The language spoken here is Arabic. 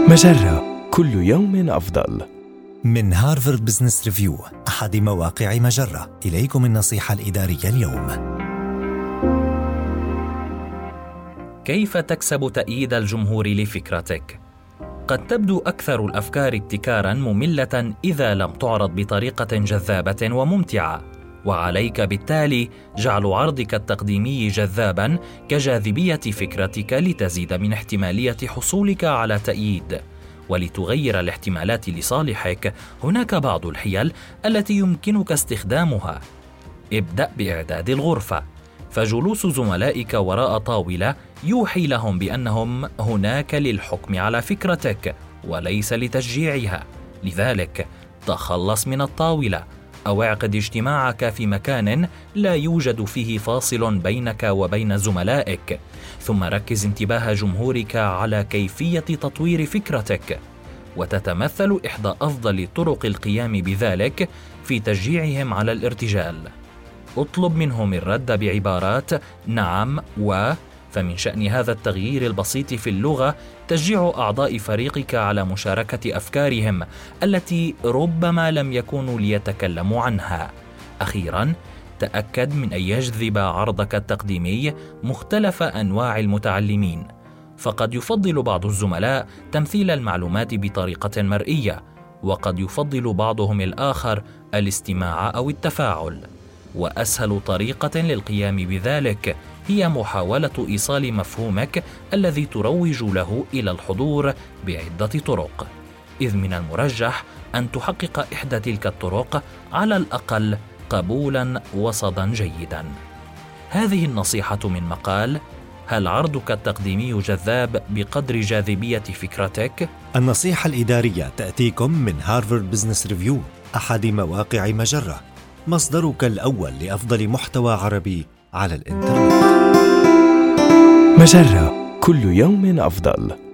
مجرة، كل يوم أفضل. من هارفارد بزنس ريفيو، أحد مواقع مجرة. إليكم النصيحة الإدارية اليوم. كيف تكسب تأييد الجمهور لفكرتك؟ قد تبدو أكثر الأفكار ابتكاراً مملة إذا لم تعرض بطريقة جذابة وممتعة، وعليك بالتالي جعل عرضك التقديمي جذاباً كجاذبية فكرتك لتزيد من احتمالية حصولك على تأييد. ولتغير الاحتمالات لصالحك، هناك بعض الحيل التي يمكنك استخدامها. ابدأ بإعداد الغرفة، فجلوس زملائك وراء طاولة يوحي لهم بأنهم هناك للحكم على فكرتك وليس لتشجيعها. لذلك تخلص من الطاولة أو اعقد اجتماعك في مكان لا يوجد فيه فاصل بينك وبين زملائك، ثم ركز انتباه جمهورك على كيفية تطوير فكرتك، وتتمثل إحدى أفضل طرق القيام بذلك في تشجيعهم على الارتجال. اطلب منهم الرد بعبارات نعم فمن شأن هذا التغيير البسيط في اللغة تشجيع أعضاء فريقك على مشاركة أفكارهم التي ربما لم يكونوا ليتكلموا عنها. أخيراً، تأكد من أن يجذب عرضك التقديمي مختلف أنواع المتعلمين، فقد يفضل بعض الزملاء تمثيل المعلومات بطريقة مرئية، وقد يفضل بعضهم الآخر الاستماع أو التفاعل. وأسهل طريقة للقيام بذلك هي محاولة إيصال مفهومك الذي تروج له إلى الحضور بعدة طرق، إذ من المرجح أن تحقق إحدى تلك الطرق على الأقل قبولاً وسطاً جيداً. هذه النصيحة من مقال: هل عرضك التقديمي جذاب بقدر جاذبية فكرتك؟ النصيحة الإدارية تأتيكم من هارفارد بزنس ريفيو، أحد مواقع مجرة، مصدرك الأول لأفضل محتوى عربي على الإنترنت. مجرة، كل يوم أفضل.